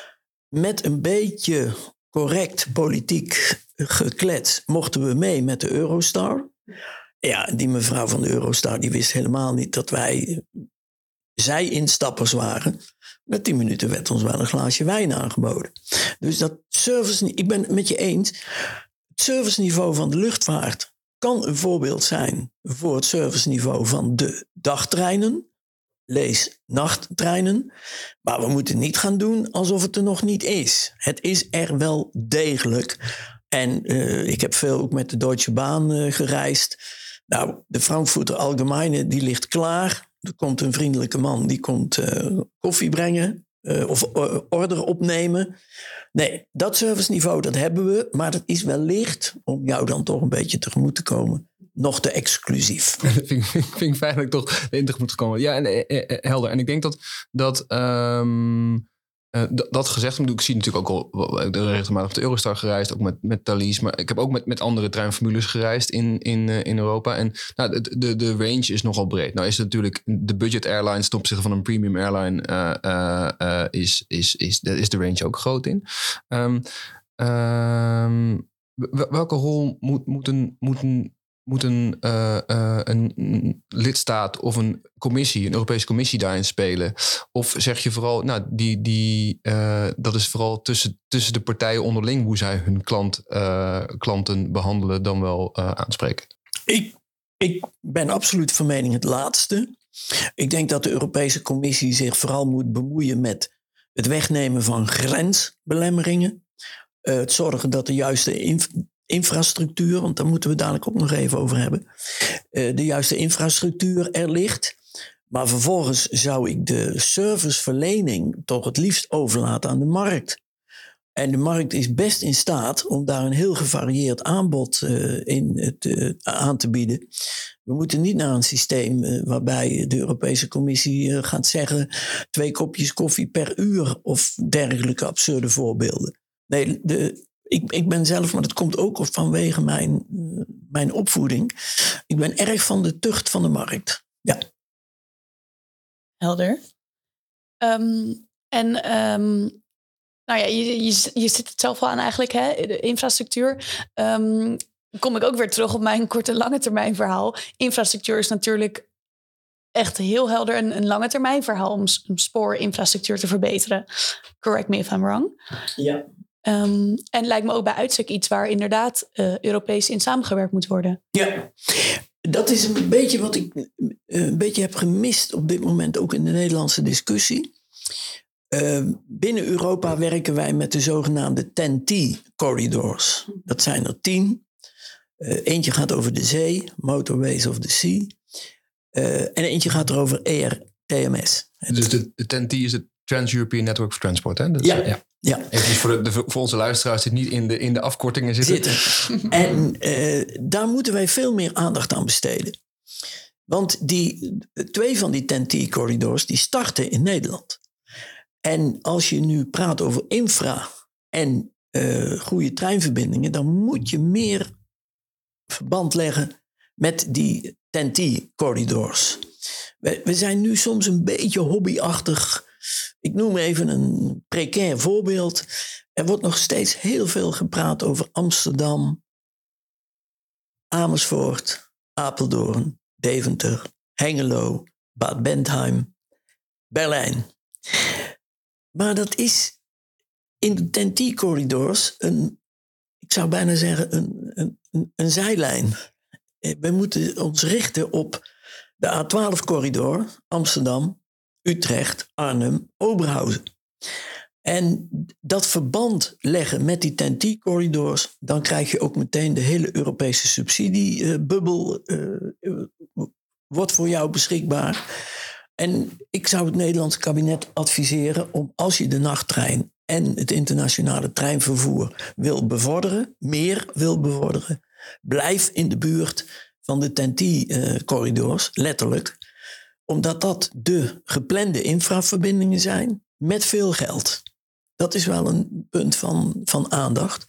Met een beetje correct politiek geklets mochten we mee met de Eurostar. Ja, die mevrouw van de Eurostar die wist helemaal niet dat wij zij-instappers waren. Na tien minuten werd ons wel een glaasje wijn aangeboden. Dus dat service, ik ben het met je eens. Het serviceniveau van de luchtvaart kan een voorbeeld zijn voor het serviceniveau van de dagtreinen. Lees nachttreinen. Maar we moeten niet gaan doen alsof het er nog niet is. Het is er wel degelijk. En uh, ik heb veel ook met de Deutsche Bahn uh, gereisd. Nou, de Frankfurter Allgemeine die ligt klaar. Er komt een vriendelijke man, die komt uh, koffie brengen uh, of uh, order opnemen. Nee, dat serviceniveau, dat hebben we. Maar dat is wellicht, om jou dan toch een beetje tegemoet te komen, nog te exclusief. Dat vind ik, vind ik fijn dat ik toch in tegemoet te komen. Ja, en, eh, eh, helder. En ik denk dat dat, um, uh, dat, dat gezegd, ik zie natuurlijk ook al regelmatig op de Eurostar gereisd, ook met, met Thalys, maar ik heb ook met, met andere treinformules gereisd in, in, uh, in Europa. En nou, de, de, de range is nogal breed. Nou is het natuurlijk de budget airlines ten opzichte van een premium airline uh, uh, uh, is, is, is, is, is de range ook groot in. Um, um, welke rol moet, moet een, moet een Moet een, uh, uh, een lidstaat of een commissie, een Europese commissie daarin spelen? Of zeg je vooral, nou, die, die, uh, dat is vooral tussen, tussen de partijen onderling hoe zij hun klant, uh, klanten behandelen dan wel uh, aanspreken? Ik, ik ben absoluut van mening het laatste. Ik denk dat de Europese Commissie zich vooral moet bemoeien met het wegnemen van grensbelemmeringen. Uh, het zorgen dat de juiste inf- infrastructuur, want daar moeten we dadelijk ook nog even over hebben, uh, de juiste infrastructuur er ligt. Maar vervolgens zou ik de serviceverlening toch het liefst overlaten aan de markt. En de markt is best in staat om daar een heel gevarieerd aanbod uh, in het, uh, aan te bieden. We moeten niet naar een systeem uh, waarbij de Europese Commissie uh, gaat zeggen twee kopjes koffie per uur of dergelijke absurde voorbeelden. Nee, de, ik, ik ben zelf, maar dat komt ook vanwege mijn, uh, mijn opvoeding. Ik ben erg van de tucht van de markt. Ja. Helder. Um, en um, nou ja, je, je, je zit het zelf al aan eigenlijk, hè? De infrastructuur. Um, kom ik ook weer terug op mijn korte lange termijn verhaal. Infrastructuur is natuurlijk echt heel helder een, een lange termijn verhaal om, om spoorinfrastructuur te verbeteren. Correct me if I'm wrong. Ja. Um, en lijkt me ook bij uitstek iets waar inderdaad uh, Europees in samengewerkt moet worden. Ja, dat is een beetje wat ik uh, een beetje heb gemist op dit moment ook in de Nederlandse discussie. Uh, binnen Europa werken wij met de zogenaamde ten T-corridors. Dat zijn er tien. Uh, eentje gaat over de zee, Motorways of the Sea. Uh, en eentje gaat er over E R T M S. Dus de, de ten T is het Trans-European Network for Transport, hè? Dus, ja, ja. ja. Even voor, de, de, voor onze luisteraars die niet in de, in de afkortingen zitten. zitten. En uh, daar moeten wij veel meer aandacht aan besteden. Want die, twee van die ten T-corridors die starten in Nederland. En als je nu praat over infra en uh, goede treinverbindingen, dan moet je meer verband leggen met die T E N T-corridors. We, we zijn nu soms een beetje hobbyachtig. Ik noem even een precair voorbeeld. Er wordt nog steeds heel veel gepraat over Amsterdam, Amersfoort, Apeldoorn, Deventer, Hengelo, Bad Bentheim, Berlijn. Maar dat is in de T E N T-corridors een, ik zou bijna zeggen, een, een, een zijlijn. We moeten ons richten op de A twaalf-corridor, Amsterdam, Utrecht, Arnhem, Oberhausen. En dat verband leggen met die T E N T-corridors, dan krijg je ook meteen de hele Europese subsidiebubbel uh, wordt voor jou beschikbaar. En ik zou het Nederlandse kabinet adviseren om, als je de nachttrein en het internationale treinvervoer wil bevorderen, meer wil bevorderen, blijf in de buurt van de T E N T-corridors, letterlijk. Omdat dat de geplande infraverbindingen zijn met veel geld. Dat is wel een punt van, van aandacht.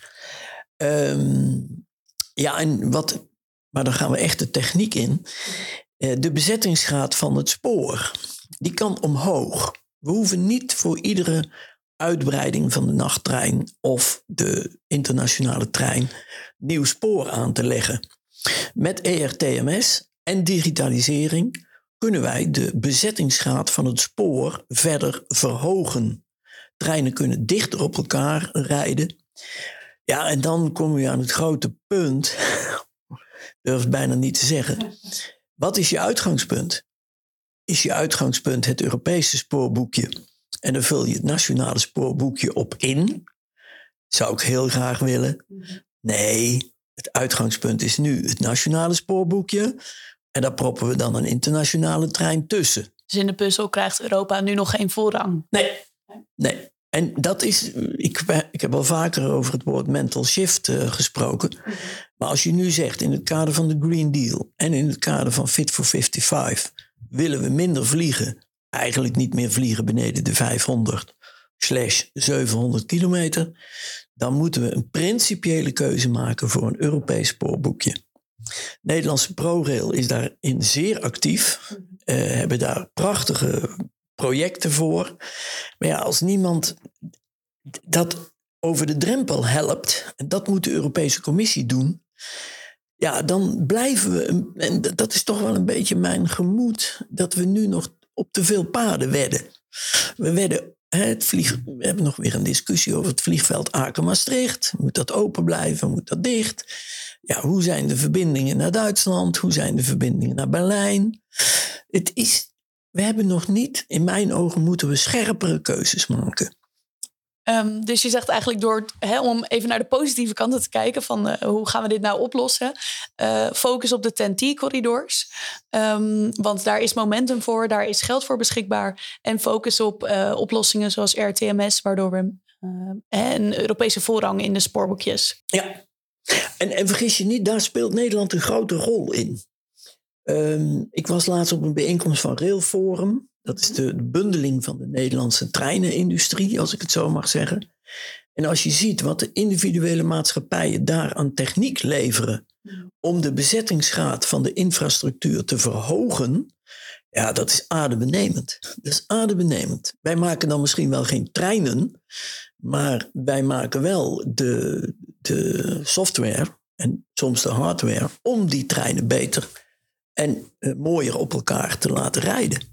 Um, ja, en wat, maar dan gaan we echt de techniek in. Uh, de bezettingsgraad van het spoor, die kan omhoog. We hoeven niet voor iedere uitbreiding van de nachttrein of de internationale trein nieuw spoor aan te leggen. Met E R T M S en digitalisering kunnen wij de bezettingsgraad van het spoor verder verhogen. Treinen kunnen dichter op elkaar rijden. Ja, en dan komen we aan het grote punt. Durf het bijna niet te zeggen. Wat is je uitgangspunt? Is je uitgangspunt het Europese spoorboekje? En dan vul je het nationale spoorboekje op in? Zou ik heel graag willen. Nee, het uitgangspunt is nu het nationale spoorboekje. En daar proppen we dan een internationale trein tussen. Dus in de puzzel krijgt Europa nu nog geen voorrang? Nee, nee. En dat is, ik, ik heb al vaker over het woord mental shift uh, gesproken. Maar als je nu zegt, in het kader van de Green Deal en in het kader van Fit for vijfenvijftig... willen we minder vliegen, eigenlijk niet meer vliegen beneden de vijfhonderd slash zevenhonderd kilometer... dan moeten we een principiële keuze maken voor een Europees spoorboekje. Nederlandse ProRail is daarin zeer actief. Uh, hebben daar prachtige projecten voor. Maar ja, als niemand dat over de drempel helpt, en dat moet de Europese Commissie doen, ja, dan blijven we, en dat is toch wel een beetje mijn gemoed, dat we nu nog op te veel paden wedden. We wedden, het vlieg, we hebben nog weer een discussie over het vliegveld Aken-Maastricht. Moet dat open blijven? Moet dat dicht? Ja, hoe zijn de verbindingen naar Duitsland? Hoe zijn de verbindingen naar Berlijn? Het is, we hebben nog niet, in mijn ogen moeten we scherpere keuzes maken. Um, dus je zegt eigenlijk door, hè, om even naar de positieve kanten te kijken van uh, hoe gaan we dit nou oplossen? Uh, focus op de T E N T-corridors. Um, want daar is momentum voor, daar is geld voor beschikbaar. En focus op uh, oplossingen zoals R T M S, waardoor we uh, een Europese voorrang in de spoorboekjes. Ja, en, en vergis je niet, daar speelt Nederland een grote rol in. Um, ik was laatst op een bijeenkomst van Railforum. Dat is de, de bundeling van de Nederlandse treinenindustrie, als ik het zo mag zeggen. En als je ziet wat de individuele maatschappijen daar aan techniek leveren om de bezettingsgraad van de infrastructuur te verhogen, ja, dat is adembenemend. Dat is adembenemend. Wij maken dan misschien wel geen treinen, maar wij maken wel de, de software en soms de hardware om die treinen beter en uh, mooier op elkaar te laten rijden.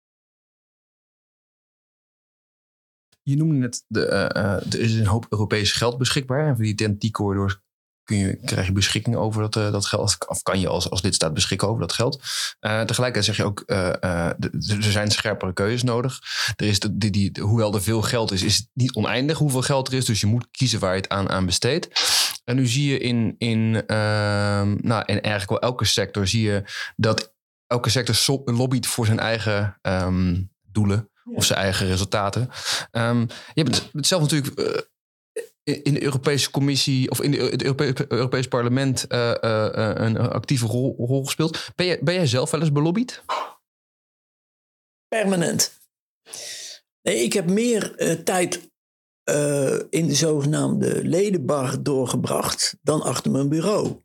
Je noemde net, de, uh, er is een hoop Europees geld beschikbaar. En voor die T E N T-corridors kun je, krijg je beschikking over dat, uh, dat geld. Of kan je als, als lidstaat beschikken over dat geld. Uh, tegelijkertijd zeg je ook, uh, uh, de, er zijn scherpere keuzes nodig. Er is de, die, die, hoewel er veel geld is, is het niet oneindig hoeveel geld er is. Dus je moet kiezen waar je het aan, aan besteedt. En nu zie je in, in, uh, nou, in eigenlijk wel elke sector zie je dat elke sector so- lobbyt voor zijn eigen um, doelen. Of zijn eigen resultaten. Um, je hebt het zelf natuurlijk uh, in de Europese Commissie of in de, het Europe- Europees Parlement uh, uh, een actieve rol, rol gespeeld. Ben jij, ben jij zelf wel eens belobbyd? Permanent. Nee, ik heb meer uh, tijd uh, in de zogenaamde ledenbar doorgebracht dan achter mijn bureau.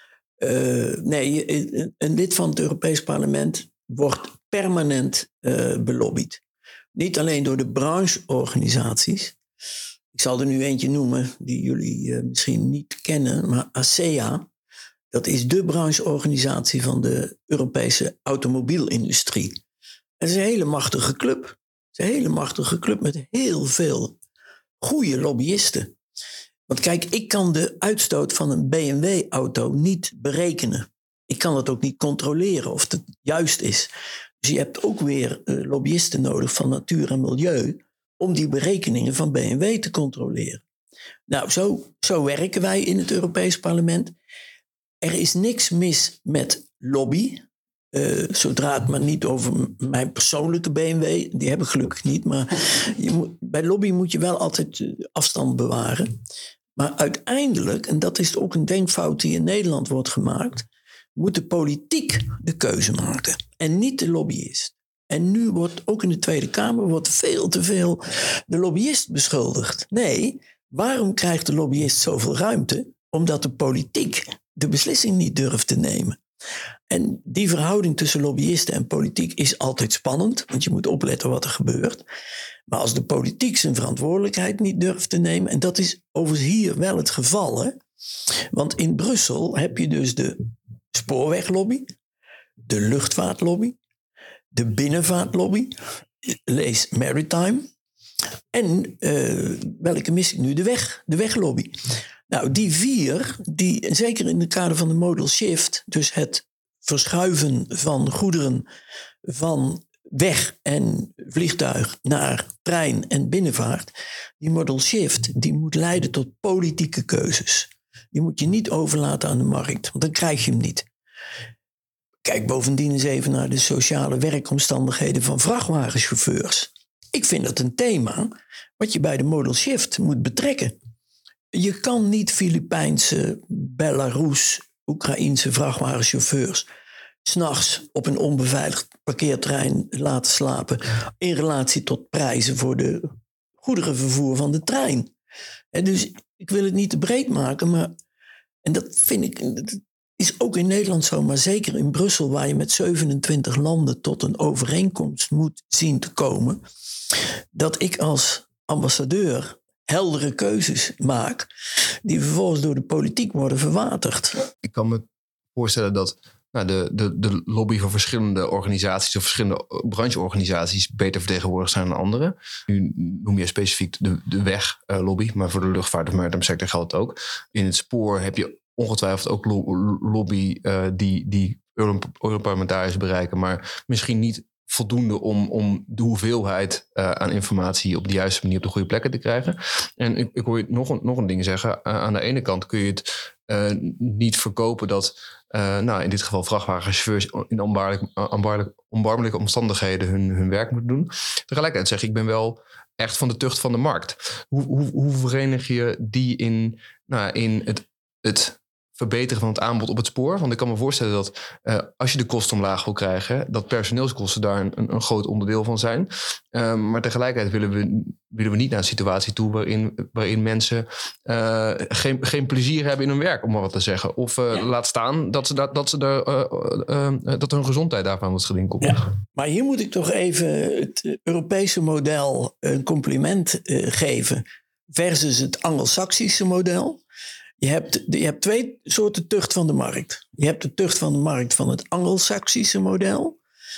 Uh, nee, een lid van het Europees Parlement wordt permanent uh, belobbyd. Niet alleen door de brancheorganisaties. Ik zal er nu eentje noemen die jullie uh, misschien niet kennen, maar A S E A. Dat is de brancheorganisatie van de Europese automobielindustrie. Het is een hele machtige club. Het is een hele machtige club met heel veel goede lobbyisten. Want kijk, ik kan de uitstoot van een B M W-auto niet berekenen. Ik kan het ook niet controleren of het juist is. Dus je hebt ook weer uh, lobbyisten nodig van natuur en milieu om die berekeningen van B M W te controleren. Nou, zo, zo werken wij in het Europees Parlement. Er is niks mis met lobby. Uh, zodra het maar niet over mijn persoonlijke B M W, die heb ik gelukkig niet, maar je moet, bij lobby moet je wel altijd afstand bewaren. Maar uiteindelijk, en dat is ook een denkfout die in Nederland wordt gemaakt, moet de politiek de keuze maken en niet de lobbyist. En nu wordt ook in de Tweede Kamer wordt veel te veel de lobbyist beschuldigd. Nee, waarom krijgt de lobbyist zoveel ruimte? Omdat de politiek de beslissing niet durft te nemen. En die verhouding tussen lobbyisten en politiek is altijd spannend, want je moet opletten wat er gebeurt. Maar als de politiek zijn verantwoordelijkheid niet durft te nemen, en dat is overigens hier wel het geval, hè? Want in Brussel heb je dus de spoorweglobby, de luchtvaartlobby, de binnenvaartlobby, lees maritime, en uh, welke mis ik nu? De weg, de weglobby. Nou, die vier, die, zeker in het kader van de modal shift, dus het verschuiven van goederen van weg en vliegtuig naar trein en binnenvaart, die modal shift, die moet leiden tot politieke keuzes. Die moet je niet overlaten aan de markt, want dan krijg je hem niet. Kijk bovendien eens even naar de sociale werkomstandigheden van vrachtwagenchauffeurs. Ik vind dat een thema wat je bij de modal shift moet betrekken. Je kan niet Filipijnse, Belarus, Oekraïense vrachtwagenchauffeurs 's nachts op een onbeveiligd parkeerterrein laten slapen in relatie tot prijzen voor de goederenvervoer van de trein. En dus ik wil het niet te breed maken, maar en dat vind ik, dat is ook in Nederland zo, maar zeker in Brussel, waar je met zevenentwintig landen tot een overeenkomst moet zien te komen, dat ik als ambassadeur heldere keuzes maak die vervolgens door de politiek worden verwaterd. Ik kan me voorstellen dat nou, de, de, de lobby van verschillende organisaties of verschillende brancheorganisaties beter vertegenwoordigd zijn dan andere. Nu noem je specifiek de, de weglobby, maar voor de luchtvaart of maritime sector geldt het ook. In het spoor heb je ongetwijfeld ook lo- lobby uh, die, die Europarlementariërs bereiken, maar misschien niet voldoende om, om de hoeveelheid uh, aan informatie op de juiste manier op de goede plekken te krijgen. En ik, ik hoor je nog een, nog een ding zeggen. Uh, aan de ene kant kun je het uh, niet verkopen dat, uh, nou in dit geval vrachtwagenchauffeurs in onbarmelijke, onbarmelijke omstandigheden hun, hun werk moeten doen. Tegelijkertijd zeg ik, ik ben wel echt van de tucht van de markt. Hoe, hoe, hoe verenig je die in, nou, in het, het verbeteren van het aanbod op het spoor? Want ik kan me voorstellen dat uh, als je de kosten omlaag wil krijgen, dat personeelskosten daar een, een groot onderdeel van zijn. Uh, maar tegelijkertijd willen we, willen we niet naar een situatie toe waarin, waarin mensen uh, geen, geen plezier hebben in hun werk, om maar wat te zeggen. Of uh, ja. laat staan dat ze, dat, dat, ze daar, uh, uh, dat hun gezondheid daarvan wat geding komt. Ja. Maar hier moet ik toch even het Europese model een compliment uh, geven versus het Anglo-Saxische model. Je hebt, je hebt twee soorten tucht van de markt. Je hebt de tucht van de markt van het Anglo-Saxische model.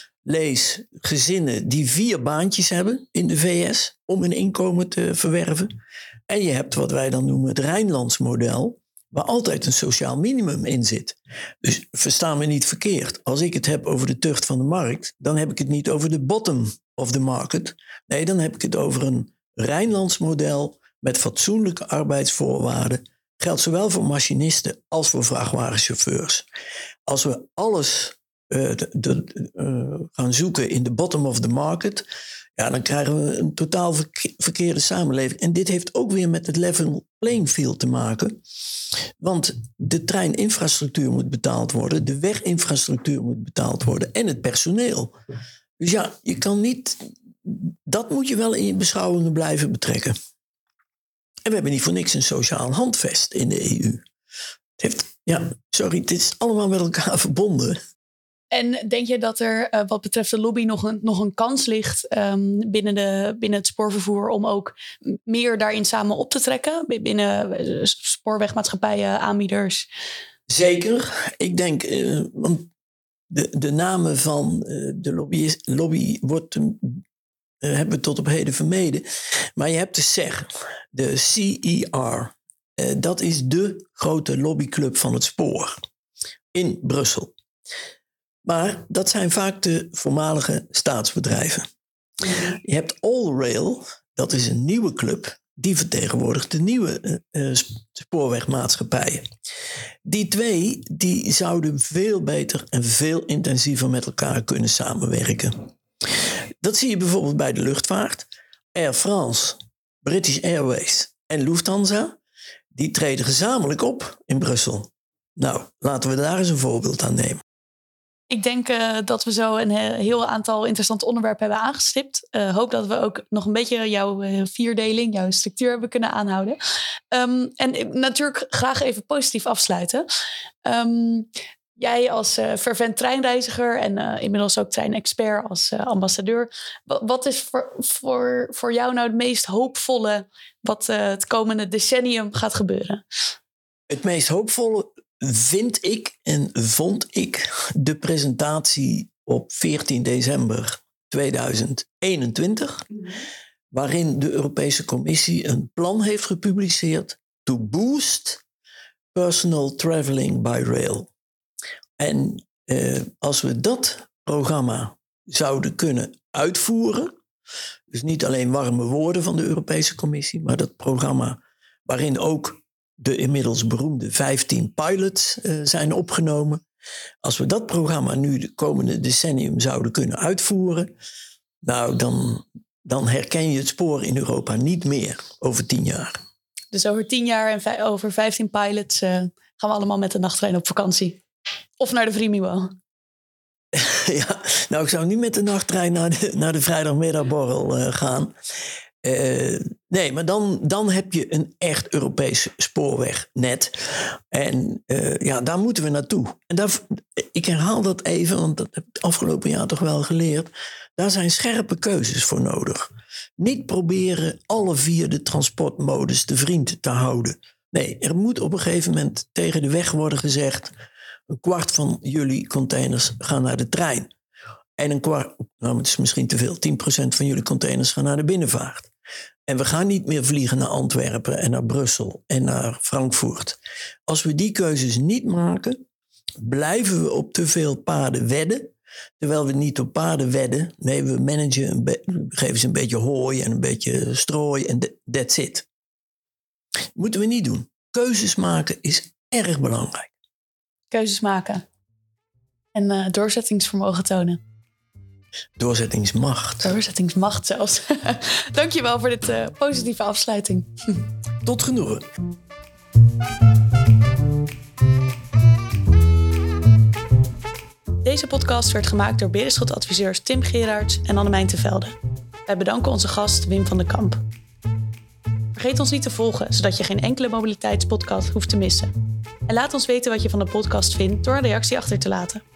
Lees gezinnen die vier baantjes hebben in de V S om een inkomen te verwerven. En je hebt wat wij dan noemen het Rijnlands model, waar altijd een sociaal minimum in zit. Dus versta me niet verkeerd. Als ik het heb over de tucht van de markt, dan heb ik het niet over de bottom of the market. Nee, dan heb ik het over een Rijnlands model met fatsoenlijke arbeidsvoorwaarden. Geldt zowel voor machinisten als voor vrachtwagenchauffeurs. Als we alles uh, de, de, uh, gaan zoeken in de bottom of the market, ja, dan krijgen we een totaal verke- verkeerde samenleving. En dit heeft ook weer met het level playing field te maken. Want de treininfrastructuur moet betaald worden, de weginfrastructuur moet betaald worden en het personeel. Dus ja, je kan niet, dat moet je wel in je beschouwingen blijven betrekken. we hebben niet voor niks een sociaal handvest in de E U. Het heeft, ja, sorry, het is allemaal met elkaar verbonden. En denk je dat er uh, wat betreft de lobby nog een, nog een kans ligt um, binnen, de, binnen het spoorvervoer om ook meer daarin samen op te trekken? Binnen uh, spoorwegmaatschappijen, aanbieders? Zeker. Ik denk, uh, want de, de namen van uh, de lobby, lobby wordt, uh, hebben we tot op heden vermeden. Maar je hebt de C E R, de C E R. Uh, dat is de grote lobbyclub van het spoor in Brussel. Maar dat zijn vaak de voormalige staatsbedrijven. Je hebt Allrail, dat is een nieuwe club, die vertegenwoordigt de nieuwe uh, spoorwegmaatschappijen. Die twee die zouden veel beter en veel intensiever met elkaar kunnen samenwerken. Dat zie je bijvoorbeeld bij de luchtvaart. Air France, British Airways en Lufthansa, die treden gezamenlijk op in Brussel. Nou, laten we daar eens een voorbeeld aan nemen. Ik denk uh, dat we zo een heel aantal interessante onderwerpen hebben aangestipt. Ik uh, hoop dat we ook nog een beetje jouw uh, vierdeling, jouw structuur hebben kunnen aanhouden. Um, en natuurlijk graag even positief afsluiten. Um, jij als uh, fervent treinreiziger en uh, inmiddels ook treinexpert als uh, ambassadeur. Wat, wat is voor, voor, voor jou nou het meest hoopvolle wat uh, het komende decennium gaat gebeuren? Het meest hoopvolle vind ik en vond ik de presentatie op veertien december tweeduizend eenentwintig... waarin de Europese Commissie een plan heeft gepubliceerd to boost personal traveling by rail. En eh, als we dat programma zouden kunnen uitvoeren, dus niet alleen warme woorden van de Europese Commissie, maar dat programma waarin ook de inmiddels beroemde vijftien pilots uh, zijn opgenomen. Als we dat programma nu de komende decennium zouden kunnen uitvoeren, nou, dan, dan herken je het spoor in Europa niet meer over tien jaar. Dus over tien jaar en vij- over vijftien pilots uh, gaan we allemaal met de nachttrein op vakantie. Of naar de Vrimio. Ja, nou, ik zou niet met de nachttrein naar de, naar de vrijdagmiddagborrel uh, gaan. Uh, nee, maar dan, dan heb je een echt Europees spoorwegnet. En uh, ja, daar moeten we naartoe. En daar, ik herhaal dat even, want dat heb ik het afgelopen jaar toch wel geleerd. Daar zijn scherpe keuzes voor nodig. Niet proberen alle vier de transportmodes te vriend te houden. Nee, er moet op een gegeven moment tegen de weg worden gezegd: een kwart van jullie containers gaan naar de trein. En een kwart, nou het is misschien te veel, tien procent van jullie containers gaan naar de binnenvaart. En we gaan niet meer vliegen naar Antwerpen en naar Brussel en naar Frankfurt. Als we die keuzes niet maken, blijven we op te veel paarden wedden. Terwijl we niet op paarden wedden. Nee, we managen, een be- we geven ze een beetje hooi en een beetje strooi en that's it. Moeten we niet doen. Keuzes maken is erg belangrijk. Keuzes maken. En uh, doorzettingsvermogen tonen. Doorzettingsmacht. Doorzettingsmacht zelfs. Dankjewel voor dit uh, positieve afsluiting. Tot genoegen. Deze podcast werd gemaakt door Berenschot-adviseurs Tim Gerards en Annemijn te Velde. Wij bedanken onze gast Wim van den Kamp. Vergeet ons niet te volgen, zodat je geen enkele mobiliteitspodcast hoeft te missen. En laat ons weten wat je van de podcast vindt door een reactie achter te laten.